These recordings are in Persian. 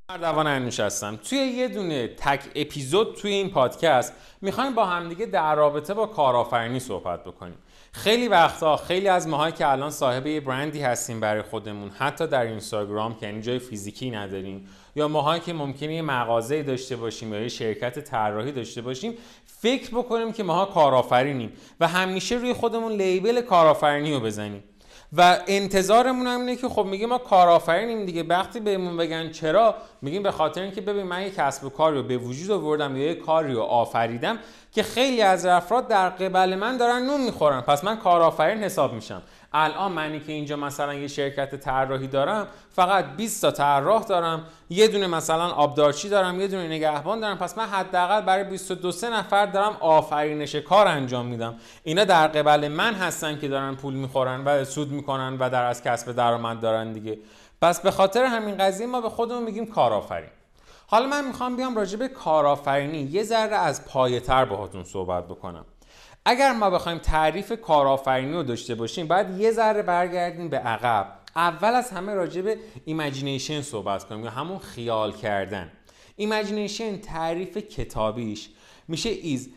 اردوان انوش هستم. توی یه دونه تک اپیزود توی این پادکست میخوایم با همدیگه در رابطه با کارآفرینی صحبت بکنیم. خیلی وقتا خیلی از ماهایی که الان صاحب یه برندی هستیم برای خودمون، حتی در اینستاگرام که یعنی جای فیزیکی نداریم، یا ماهایی که ممکنه یه مغازه‌ای داشته باشیم یا یه شرکت طراحی داشته باشیم، فکر بکنیم که ماها کارآفرینیم و همیشه روی خودمون لیبل کارآفرینی رو بزنیم و انتظارمون هم اینه که خب میگیم ما کارآفرینیم دیگه. وقتی بهمون بگن چرا، میگیم به خاطر اینکه ببین من یک کسب و کاری رو به وجود آوردم یا یک کاری رو آفریدم که خیلی از افراد در قبال من دارن نون میخورن، پس من کارآفرین حساب میشم. الان منی که اینجا مثلا یه شرکت طراحی دارم، فقط 20 تا طراح دارم، یه دونه مثلا آبدارچی دارم، یه دونه نگهبان دارم، پس من حداقل برای 22 نفر دارم آفرینش کار انجام میدم. اینا در قبال من هستن که دارن پول میخورن و سود میکنن و در از کسب درآمد دارن دیگه. پس به خاطر همین قضیه ما به خودمون میگیم کارآفرین. حالا من میخوام بیام راجع به کارآفرینی یه ذره از پایه‌تر باهاتون صحبت بکنم. اگر ما بخوایم تعریف کارآفرینی رو داشته باشیم، باید یه ذره برگردیم به عقب. اول از همه راجع به ایمیجینیشن صحبت کنیم یا همون خیال کردن. ایمیجینیشن تعریف کتابیش میشه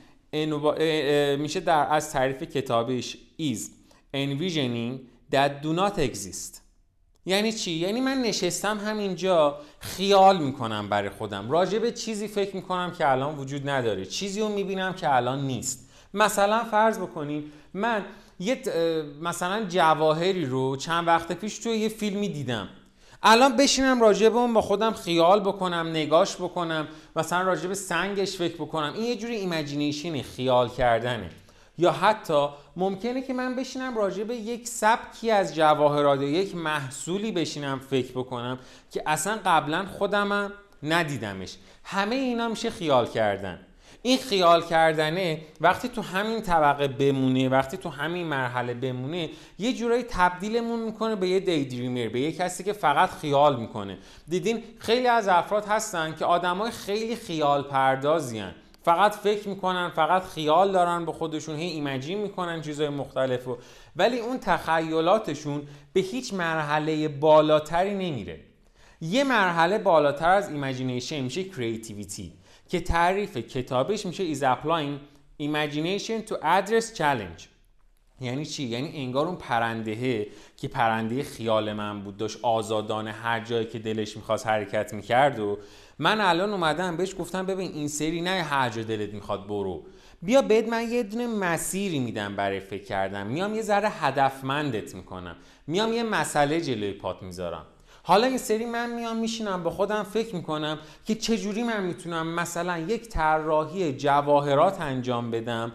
میشه از تعریف کتابیش is envisioning that do not exist. یعنی چی؟ یعنی من نشستم همینجا خیال میکنم برای خودم، راجع به چیزی فکر میکنم که الان وجود نداره، چیزی رو میبینم که الان نیست. مثلا فرض بکنیم من یه مثلا جواهری رو چند وقت پیش توی یه فیلمی دیدم، الان بشینم راجع به اون با خودم خیال بکنم، نگاش بکنم، مثلا راجع به سنگش فکر بکنم. این یه جوری ایمیجینیشن، خیال کردنه. یا حتی ممکنه که من بشینم راجع به یک سبکی از جواهرات یا یک محصولی بشینم فکر بکنم که اصلا قبلا خودمم ندیدمش. همه اینا میشه خیال کردن. این خیال کردنه وقتی تو همین طبقه بمونه، وقتی تو همین مرحله بمونه، یه جورایی تبدیلمون میکنه به یه دیدریمر، به یه کسی که فقط خیال میکنه. دیدین خیلی از افراد هستن که آدمای خیلی خیال پردازین، فقط فکر میکنن، فقط خیال دارن به خودشون، هی ایمیجین میکنن چیزای مختلفو، ولی اون تخیلاتشون به هیچ مرحله بالاتری نمیره. یه مرحله بالاتر از ایمیجینیشن میشه کریتیویتی که تعریف کتابش میشه is applying imagination to address challenge. یعنی چی؟ یعنی انگار اون پرندهه که پرنده خیال من بود، داشت آزادانه هر جایی که دلش میخواست حرکت میکرد و من الان اومدم بهش گفتم ببین این سری نه هر جا دلت میخواد برو، بیا بهت من یه دونه مسیری میدم برای فکر کردن، میام یه ذره هدفمندت میکنم، میام یه مسئله جلوی پات میذارم. حالا این سری من میام میشینم با خودم فکر میکنم که چجوری من میتونم مثلا یک طراحی جواهرات انجام بدم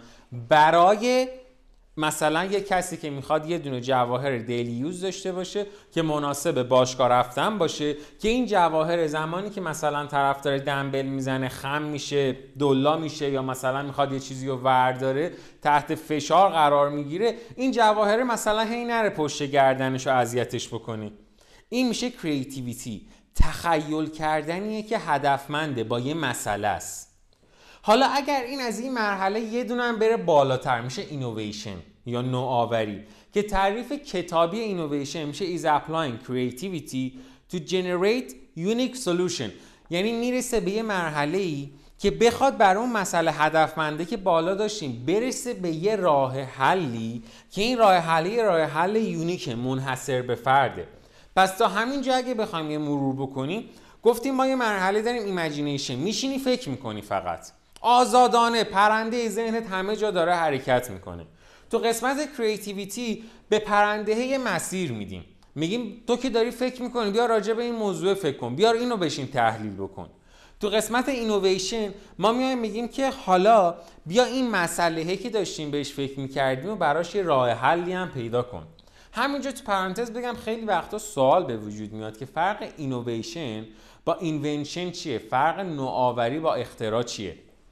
برای مثلا یک کسی که میخواد یه دونه جواهر دیلی یوز داشته باشه که مناسب باشگاه رفتن باشه، که این جواهر زمانی که مثلا طرف داره دنبل میزنه خم میشه، دلا میشه، یا مثلا میخواد یه چیزی رو ورداره تحت فشار قرار میگیره، این جواهر مثلا هی نره پشت گردنش رو اذیتش بکنه. این میشه کریتیویتی، تخیل کردنیه که هدفمنده، با یه مسئله است. حالا اگر این از این مرحله یه دونه هم بره بالاتر میشه اینوویشن یا نوآوری که تعریف کتابی اینوویشن میشه is applying creativity to generate unique solution. یعنی میرسه به یه مرحله‌ای که بخواد برای اون مسئله هدفمنده که بالا داشتیم برسه به یه راه حلی که این راه حل یونیک، منحصر به فرده. پس تا همینجا اگه بخوایم یه مرور بکنیم، گفتیم ما یه مرحله داریم ایمیجینیشن، میشینی فکر میکنی فقط آزادانه، پرنده ذهنت همه جا داره حرکت میکنه. تو قسمت کریتیویتی به پرنده یه مسیر میدیم، میگیم تو که داری فکر میکنی بیا راجع به این موضوع فکر کن، بیا اینو بشین تحلیل بکن. تو قسمت اینوویشن ما میایم میگیم که حالا بیا این مسئله‌ای که داشتیم بهش فکر میکردیم و براش یه راه حلی هم پیدا کن. همینجا تو پرانتز بگم خیلی وقتا سوال به وجود میاد که فرق اینوویشن با اینونشن چیه؟ فرق نوآوری با اختراع چیه؟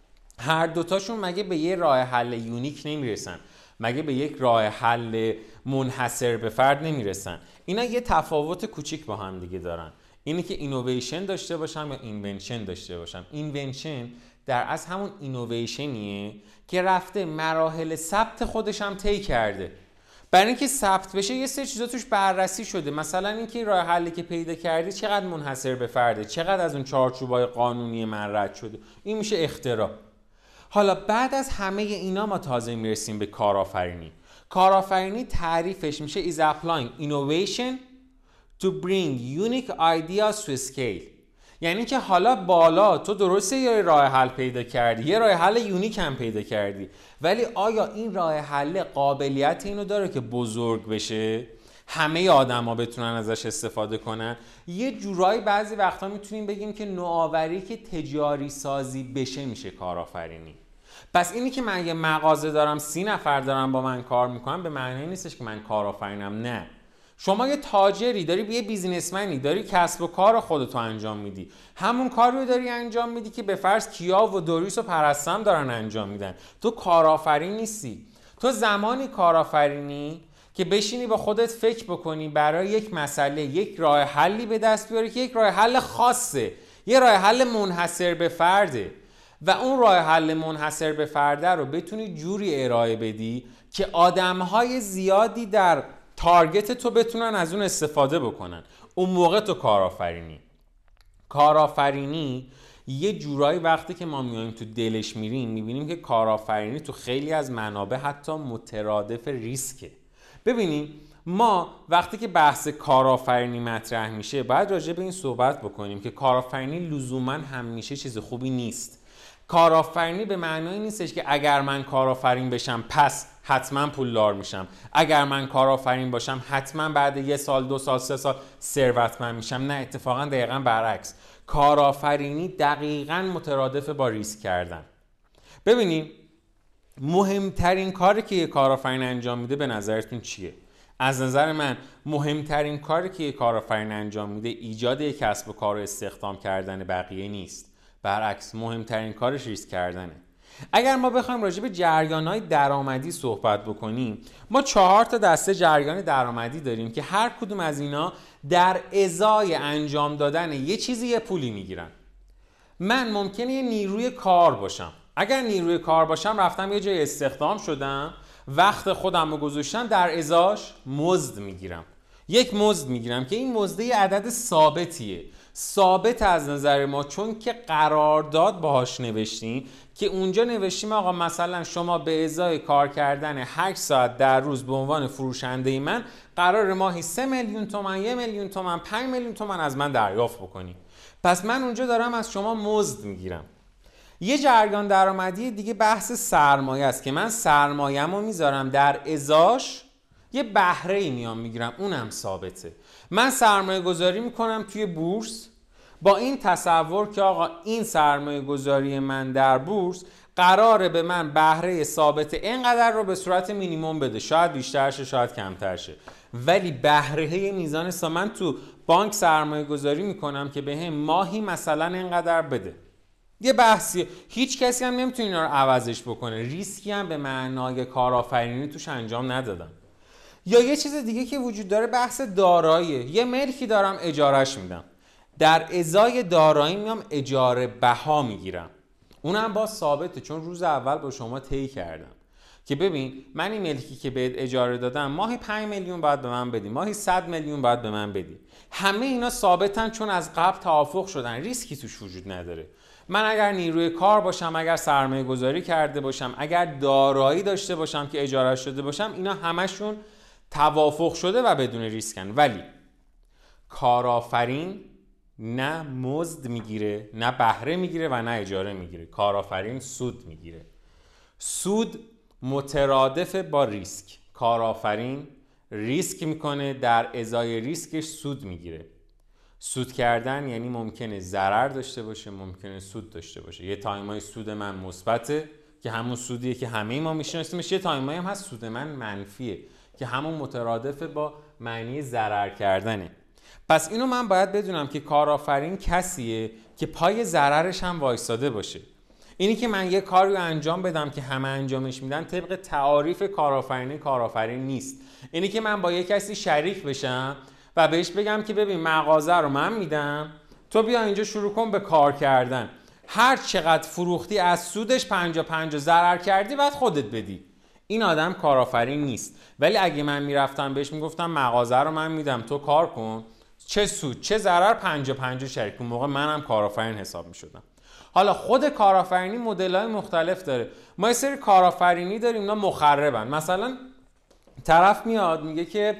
هر دوتاشون مگه به یه راه حل یونیک نمیرسن؟ مگه به یک راه حل منحصر به فرد نمیرسن؟ اینا یه تفاوت کوچیک با هم دیگه دارن. اینه که اینوویشن داشته باشم یا اینونشن داشته باشم. اینونشن در از همون اینوویشنیه که رفته مراحل ثبت خودش هم طی کرده. برای اینکه ثبت بشه یه سری چیزا توش بررسی شده، مثلا اینکه راه حلی که پیدا کردی چقدر منحصر به فرده، چقدر از اون چارچوبای قانونی من رد شده. این میشه اختراع. حالا بعد از همه اینا ما تازه میرسیم به کارآفرینی. کارآفرینی تعریفش میشه is applying innovation to bring unique ideas to scale. یعنی که حالا بالا تو درسته یه راه حل پیدا کردی، یه راه حل یونیک هم پیدا کردی، ولی آیا این راه حل قابلیت اینو داره که بزرگ بشه، همه آدما بتونن ازش استفاده کنن؟ یه جورایی بعضی وقتا میتونیم بگیم که نوآوری که تجاری سازی بشه میشه کارآفرینی. پس اینی که من یه مغازه دارم 30 نفر دارم با من کار میکنن به معنی نیستش که من کارآفرینم. نه، شما یه تاجری داری، یه بیزینسمنی داری، کسب و کار خودتو انجام میدی، همون کاری رو داری انجام میدی که به فرض کیا و دوریس و پرستم دارن انجام میدن. تو کارآفرین نیستی. تو زمانی کارآفرینی که بشینی با خودت فکر بکنی برای یک مسئله یک راه حلی به دست بیاری که یک راه حل خاصه، یه راه حل منحصر به فرده، و اون راه حل منحصر به فرده رو بتونی جوری ارائه بدی که آدم‌های زیادی در تارگت تو بتونن از اون استفاده بکنن. اون موقع تو کارآفرینی یه جورایی وقتی که ما میایم تو دلش میریم میبینیم که کارآفرینی تو خیلی از منابع حتی مترادف ریسکه. ببینیم ما وقتی که بحث کارآفرینی مطرح میشه باید راجع به این صحبت بکنیم که کارآفرینی لزوما همیشه چیز خوبی نیست. کارآفرینی به معنای نیستش که اگر من کارآفرین بشم پس حتما پولدار میشم، اگر من کارآفرین باشم حتما بعد 1 سال 2 سال 3 سال ثروتمند میشم. نه، اتفاقا دقیقاً برعکس. کارآفرینی دقیقاً مترادف با ریسک کردن. ببینیم مهمترین کاری که یک کارآفرین انجام میده به نظرتون چیه؟ از نظر من مهمترین کاری که یک کارآفرین انجام میده ایجاد یک کسب و کار و استخدام کردن بقیه نیست. برعکس، مهمترین کارش ریسک کردنه. اگر ما بخوایم راجع به جریان‌های درآمدی صحبت بکنیم، ما 4 تا دسته جریان درآمدی داریم که هر کدوم از اینا در ازای انجام دادن یه چیزی یه پولی میگیرن. من ممکنه یه نیروی کار باشم. اگر نیروی کار باشم رفتم یه جای استخدام شدم، وقت خودم رو گذاشتم، در ازاش مزد میگیرم. یک مزد میگیرم که این مزد یه عدد ثابتیه. ثابت از نظر ما چون که قرارداد باهاش نوشتیم که اونجا نوشتیم آقا مثلا شما به ازای کار کردن 8 ساعت در روز به عنوان فروشنده من قرار ماهی 3 میلیون تومان، 1 میلیون تومان، 5 میلیون تومان از من دریافت بکنی. پس من اونجا دارم از شما مزد میگیرم. یه جریان درآمدی دیگه بحث سرمایه است که من سرمایه‌مو میذارم، در ازاش یه بهره‌ای میام میگیرم، اونم ثابته. من سرمایه گذاری میکنم توی بورس با این تصور که آقا این سرمایه گذاری من در بورس قراره به من بهره ثابت اینقدر رو به صورت مینیمم بده، شاید بیشتر شه شاید کمتر شه، ولی بهره میزان من تو بانک سرمایه گذاری میکنم که بهم ماهی مثلا اینقدر بده. یه بحثی، هیچ کسی هم نمیتونه اینا رو عوضش بکنه. ریسکی هم به معنای کارآفرینی توش انجام ندادم. یا یه چیز دیگه که وجود داره بحث داراییه. یه ملکی دارم اجارهش میدم، در ازای دارایی میام اجاره بها میگیرم، اونم با ثابته چون روز اول با شما طی کردم که ببین من این ملکی که بهت اجاره دادم ماهی 5 میلیون باید به من بدی، ماهی 100 میلیون باید به من بدی. همه اینا ثابتن چون از قبل توافق شدن، ریسکی توش وجود نداره. من اگر نیروی کار باشم، اگر سرمایه گذاری کرده باشم، اگر دارایی داشته باشم که اجاره شده باشم، اینا همشون توافق شده و بدون ریسکن. ولی کارآفرین نه مزد میگیره، نه بهره میگیره و نه اجاره میگیره. کارآفرین سود میگیره. سود مترادف با ریسک. کارآفرین ریسک میکنه، در ازای ریسکش سود میگیره. سود کردن یعنی ممکنه ضرر داشته باشه، ممکنه سود داشته باشه. یه تایمای سود من مثبته که همون سودیه که همه ما میشناسیمش، یه تایمایی هم هست سود من منفیه که همون مترادف با معنی ضرر کردنه. پس اینو من باید بدونم که کارآفرین کسیه که پای ضررش هم وایساده باشه. اینی که من یه کاری رو انجام بدم که همه انجامش میدن طبق تعاریف کارآفرین نیست. اینی که من با یه کسی شریک بشم و بهش بگم که ببین مغازه رو من میدم، تو بیا اینجا شروع کن به کار کردن، هر چقدر فروختی از سودش 50-50 ضرر کردی بعد خودت بدی. این آدم کارآفرین نیست. ولی اگه من میرفتم بهش میگفتم مغازه رو من میدم تو کار کن، چه سود چه ضرر 50-50 شریک، اون موقع منم کارآفرین حساب میشدم. حالا خود کارآفرینی مدل‌های مختلف داره. ما یه سری کارآفرینی داریم اینا مخربن. مثلا طرف میاد میگه که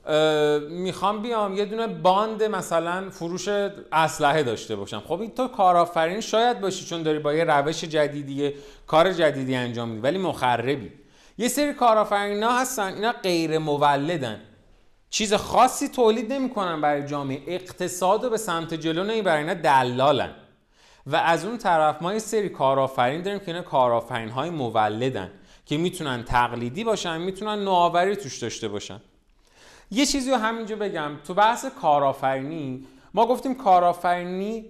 میخوام بیام یه دونه باند مثلا فروش اسلحه داشته باشم. خب این تو کارآفرین شاید باشی چون داری با یه روش جدیدی کار جدیدی انجام میدی، ولی مخربی. یه سری کارآفرینا هستن اینا غیر مولدن، چیز خاصی تولید نمیکنن برای جامعه، اقتصاد رو به سمت جلو نمیبرن، اینا دلالن. و از اون طرف ما یه سری کارآفرین داریم که اینا کارآفرین‌های مولدن که میتونن تقلیدی باشن، میتونن نوآوری توش داشته باشن. یه چیزی رو همینجا بگم، تو بحث کارآفرینی ما گفتیم کارآفرینی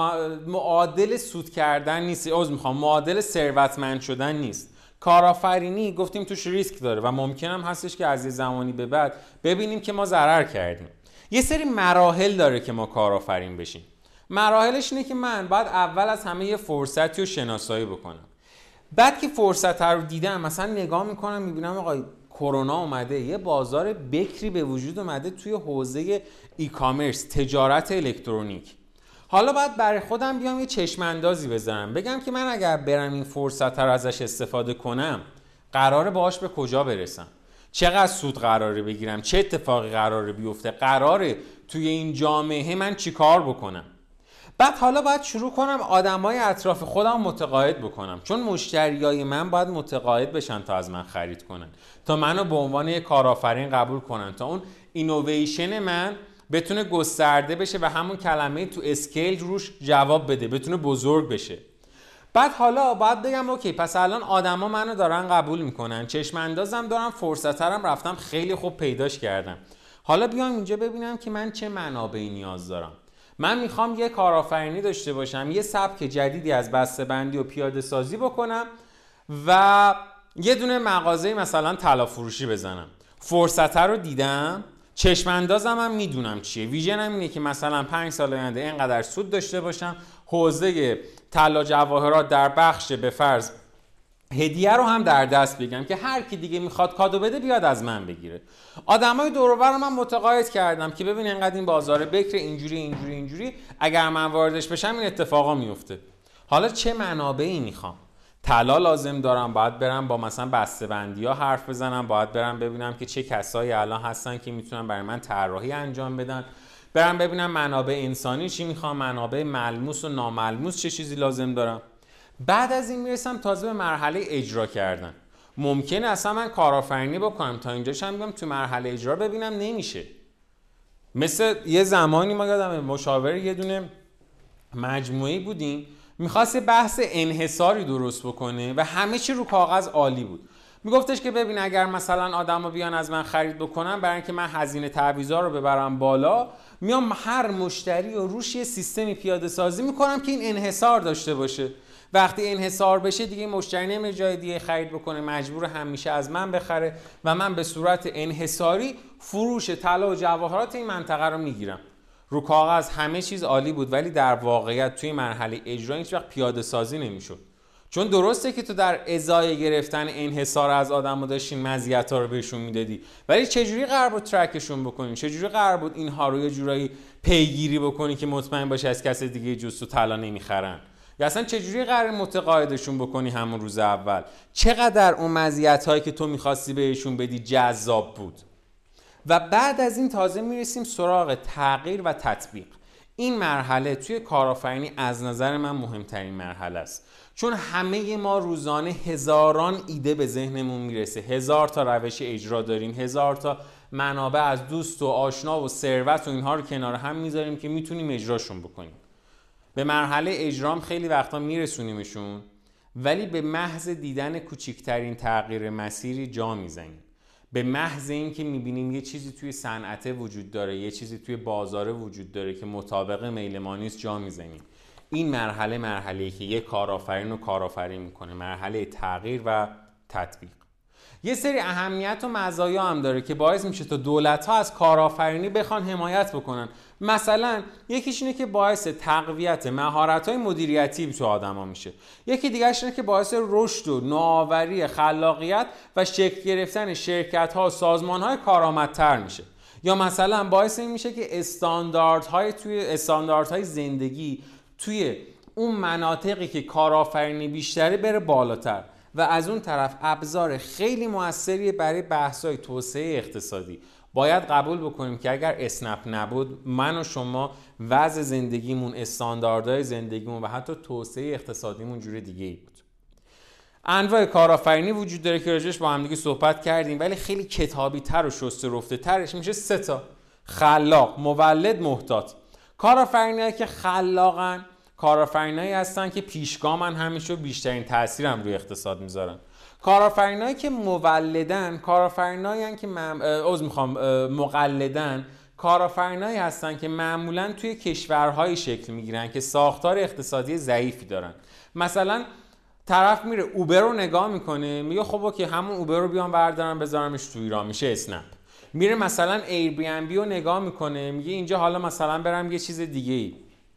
معادل سود کردن نیست، معادل ثروتمند شدن نیست. کارآفرینی گفتیم توش ریسک داره و ممکن هم هستش که از یه زمانی به بعد ببینیم که ما ضرر کردیم. یه سری مراحل داره که ما کارآفرین بشیم. مراحلش اینه که من باید اول از همه یه فرصتی رو شناسایی بکنم. بعد که فرصت رو دیدم مثلا نگاه میکنم میبینم آقا کرونا اومده، یه بازار بکری به وجود اومده توی حوزه ای کامرس، تجارت الکترونیک. حالا باید برای خودم بیام یه چشم اندازی بزنم، بگم که من اگر برم این فرصت رو ازش استفاده کنم قراره باهاش به کجا برسم، چقدر سود قراره بگیرم، چه اتفاقی قراره بیفته، قراره توی این جامعه من چی کار بکنم. بعد حالا باید شروع کنم آدمای اطراف خودم متقاعد بکنم، چون مشتریای من باید متقاعد بشن تا از من خرید کنن، تا منو به عنوان یک کارآفرین قبول کنن، تا اون اینویشن من بتونه گسترده بشه و همون کلمه تو اسکیل روش جواب بده، بتونه بزرگ بشه. بعد حالا باید بگم اوکی پس الان آدما منو دارن قبول میکنن، چشم اندازم دارم، فرصترم رفتم خیلی خوب پیداش کردم. حالا بیام اینجا ببینم که من چه منابعی نیاز دارم. من میخوام یه کارآفرینی داشته باشم، یه سبک جدیدی از بسته‌بندی و پیاده سازی بکنم و یه دونه مغازه مثلا طلا فروشی بزنم. فرصت رو دیدم، چشم اندازم هم میدونم چیه، ویژنم اینه که مثلا 5 سال آینده اینقدر سود داشته باشم، حوزه طلا جواهرات در بخش به فرض هدیه رو هم در دست بگم که هر کی دیگه میخواد کادو بده بیاد از من بگیره. آدمای دور و برم من متقاعد کردم که ببین اینقدر این بازار بکر اینجوری اگر من واردش بشم این اتفاقا میفته. حالا چه منابعی میخوام؟ طلا لازم دارم، باید برم با مثلا بسته‌بندی‌ها حرف بزنم، باید برم ببینم که چه کسایی الان هستن که میتونن برای من طراحی انجام بدن، برم ببینم منابع انسانی چی میخوام، منابع ملموس و ناملموس چه چیزی لازم دارم. بعد از این میرسم تازه به مرحله اجرا کردن. ممکنه اصلا من کارآفرینی بکنم تا اینجاش هم بیام تو مرحله اجرا ببینم نمیشه. مثل یه زمانی ما یادم مشاور یه دونه مجموعه‌ای بودیم، میخواست بحث انحصاری درست بکنه و همه چی رو کاغذ عالی بود. میگفتش که ببین اگر مثلا آدمو بیان از من خرید بکنن، برای اینکه من هزینه تعویضا رو ببرم بالا، میام هر مشتری رو روش یه سیستمی پیاده سازی میکنم که این انحصار داشته باشه. وقتی انحصار بشه دیگه مشتری نمیره جای دیگه خرید بکنه، مجبور همیشه از من بخره و من به صورت انحصاری فروش طلا و جواهرات این منطقه رو میگیرم. رو کاغذ همه چیز عالی بود ولی در واقعیت توی مرحله اجرا هیچ وقت پیاده سازی نمیشد. چون درسته که تو در ازای گرفتن انحصار از آدمو داشتین مزیت‌ها رو بهشون میدادی، ولی چجوری قرار بود ترکشون بکنین؟ چجوری قرار بود اینها رو یه جورایی پیگیری بکنی که مطمئن باشی از کس دیگه جز تو طلا نمیخرن؟ یا اصلا چجوری قرار متقاعدشون بکنی همون روز اول؟ چقدر اون مزیت‌هایی که تو می‌خواستی بهشون بدی جذاب بود؟ و بعد از این تازه میرسیم سراغ تغییر و تطبیق. این مرحله توی کارآفرینی از نظر من مهمترین مرحله است، چون همه ما روزانه هزاران ایده به ذهنمون میرسه، 1000 تا روش اجرا داریم، 1000 تا منابع از دوست و آشنا و ثروت و اینها رو کنار هم میذاریم که میتونیم اجراشون بکنیم. به مرحله اجرام خیلی وقتا میرسونیمشون ولی به محض دیدن کوچکترین تغییر مسیری جا میزنیم. به محض این که میبینیم یه چیزی توی صنعت وجود داره، یه چیزی توی بازار وجود داره که مطابق میل ما نیست جا میزنیم. این مرحله‌ای که یه کارآفرین رو کارآفرین میکنه، مرحله تغییر و تطبیق. یه سری اهمیت و مزایا هم داره که باعث میشه تا دولت‌ها از کارآفرینی بخوان حمایت بکنن. مثلا یکیش اینه که باعث تقویت مهارت‌های مدیریتی تو آدما میشه. یکی دیگه‌اش اینه که باعث رشد و نوآوری، خلاقیت و شکل گرفتن شرکت‌ها و سازمان‌های کارآمدتر میشه. یا مثلا باعث این میشه که استانداردهای زندگی توی اون مناطقی که کارآفرینی بیشتره بره بالاتر و از اون طرف ابزار خیلی موثری برای بحث‌های توسعه اقتصادی. باید قبول بکنیم که اگر اسنپ نبود، من و شما وضع زندگیمون، استانداردهای زندگیمون و حتی توسعه اقتصادیمون جور دیگه ای بود. انواع کارآفرینی وجود داره که راجعش با هم دیگه صحبت کردیم، ولی خیلی کتابی تر و شسته رفته ترش میشه 3 تا: خلاق، مولد، محتاط. کارآفرینایی که خلاقن کارآفرینایی هستن که پیشگامن، همیشه بیشترین تاثیرم روی اقتصاد میذارن. کارآفرینایی که مولدن کارآفرینایی که مقلدن کارآفرینایی هستن که معمولا توی کشورهای شکل میگیرن که ساختار اقتصادی ضعیفی دارن. مثلا طرف میره اوبر رو نگاه میکنه، میگه خب اوکی همون اوبر رو بیام بردارم بذارمش تو ایران، میشه اسنپ. میره مثلا ایر بی ام بی رو نگاه میکنه، میگه اینجا حالا مثلا برم یه چیز دیگه ای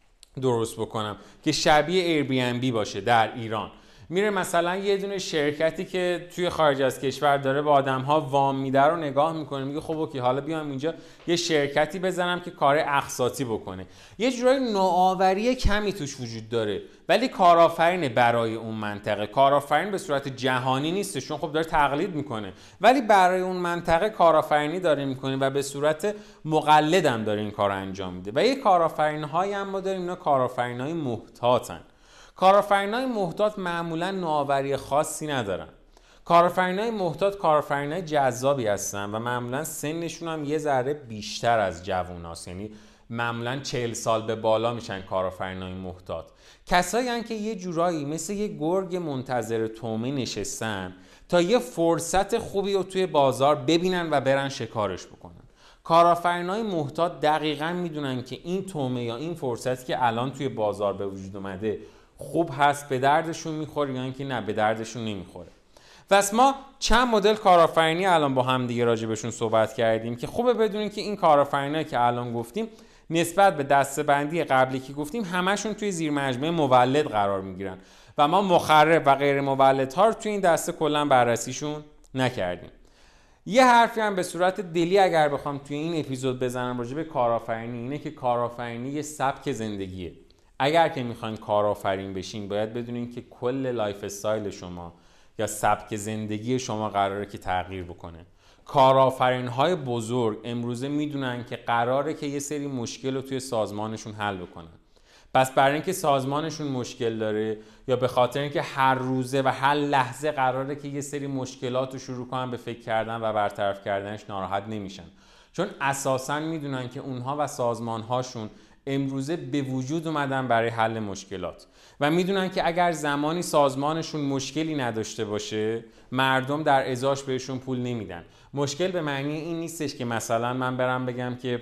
درست بکنم که شبیه ایر بی ام بی باشه در ایران. میره مثلا یه دونه شرکتی که توی خارج از کشور داره به آدم‌ها وام میده رو نگاه میکنه، میگه خب اوکی حالا بیام اینجا یه شرکتی بزنم که کار اقساطی بکنه. یه جورای نوآوری کمی توش وجود داره، ولی کارآفرین برای اون منطقه. کارآفرین به صورت جهانی نیست، چون خب داره تقلید میکنه، ولی برای اون منطقه کارآفرینی داره میکنه و به صورت مقلد هم داره این کارو انجام میده. و یه کارآفرین‌هایی هم ما داریم، اینا کارآفرین‌های محتاطن. کارآفرینای محتاط معمولا نوآوری خاصی ندارن. کارآفرینای محتاط کارآفرینای جذابی هستن و معمولا سنشون هم یه ذره بیشتر از جووناست، یعنی معمولا 40 سال به بالا میشن کارآفرینای محتاط. کسایی هستن که یه جورایی مثل یه گرگ منتظر طعمه نشستن تا یه فرصت خوبی رو توی بازار ببینن و برن شکارش بکنن. کارآفرینای محتاط دقیقاً میدونن که این طعمه یا این فرصتی که الان توی بازار به وجود اومده خوب هست، به دردشون میخوره یا اینکه نه به دردشون نمیخوره. پس ما چند مدل کارآفرینی الان با هم دیگه راجع بهشون صحبت کردیم که خوبه بدونین که این کارآفرینایی که الان گفتیم نسبت به دسته‌بندی قبلی که گفتیم همشون توی زیر مجموعه مولد قرار میگیرن و ما مخرب و غیر مولدها رو توی این دسته کلا بررسیشون نکردیم. یه حرفی هم به صورت دلی اگر بخوام توی این اپیزود بزنم راجع به کارآفرینی اینه که کارآفرینی یه سبک زندگیه. اگر که میخواین کارآفرین بشین باید بدونین که کل لایف استایل شما یا سبک زندگی شما قراره که تغییر بکنه. کارآفرین‌های بزرگ امروزه میدونن که قراره که یه سری مشکل رو توی سازمانشون حل بکنن. پس برای اینکه سازمانشون مشکل داره یا به خاطر اینکه هر روزه و هر لحظه قراره که یه سری مشکلات رو شروع کنن به فکر کردن و برطرف کردنش، ناراحت نمیشن، چون اساساً میدونن که اونها و سازمان‌هاشون امروزه به وجود اومدن برای حل مشکلات و میدونن که اگر زمانی سازمانشون مشکلی نداشته باشه مردم در ازاش بهشون پول نمیدن. مشکل به معنی این نیستش که مثلا من برم بگم که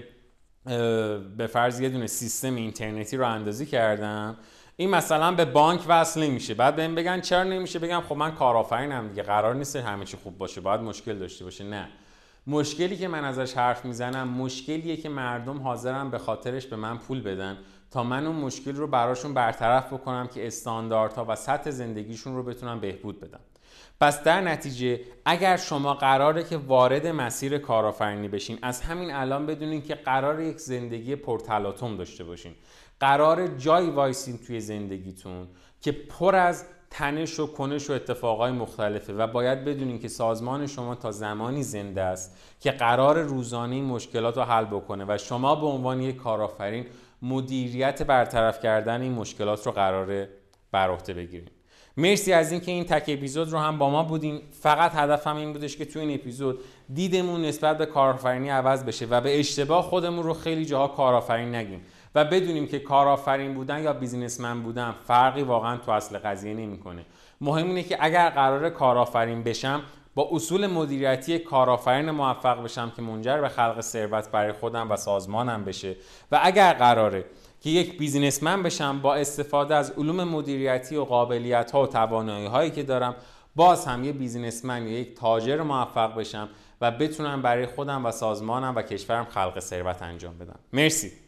به فرض یه دونه سیستم اینترنتی رو اندازی کردم، این مثلا به بانک وصل نمیشه، بعد بهم بگن چرا نمیشه، بگم خب من کارآفرینم دیگه، قرار نیست همه چی خوب باشه، باید مشکل داشته باشه. نه، مشکلی که من ازش حرف میزنم مشکلیه که مردم حاضرن به خاطرش به من پول بدن تا من اون مشکل رو براشون برطرف بکنم که استانداردها و سطح زندگیشون رو بتونم بهبود بدم. پس در نتیجه اگر شما قراره که وارد مسیر کارآفرینی بشین، از همین الان بدونین که قراره یک زندگی پرتلاطم داشته باشین. قراره جای وایسین توی زندگیتون که پر از تنش و کنش و اتفاقای مختلفه و باید بدونین که سازمان شما تا زمانی زنده است که قرار روزانه این مشکلات رو حل بکنه و شما به عنوان یک کارآفرین مدیریت برطرف کردن این مشکلات رو قراره بر عهده بگیرین. مرسی از اینکه این تک اپیزود رو هم با ما بودین. فقط هدفم این بودش که تو این اپیزود دیدمون نسبت به کارآفرینی عوض بشه و به اشتباه خودمون رو خیلی جاها کارآفرین نگیم و بدونیم که کارآفرین بودن یا بیزینسمن بودن فرقی واقعا تو اصل قضیه نمیکنه. مهم اینه که اگر قراره کارآفرین بشم با اصول مدیریتی کارآفرین موفق بشم که منجر به خلق ثروت برای خودم و سازمانم بشه، و اگر قراره که یک بیزینسمن بشم با استفاده از علوم مدیریتی و قابلیت‌ها و توانایی‌هایی که دارم باز هم یه بیزینسمن یا یک تاجر موفق بشم و بتونم برای خودم و سازمانم و کشورم خلق ثروت انجام بدم. مرسی.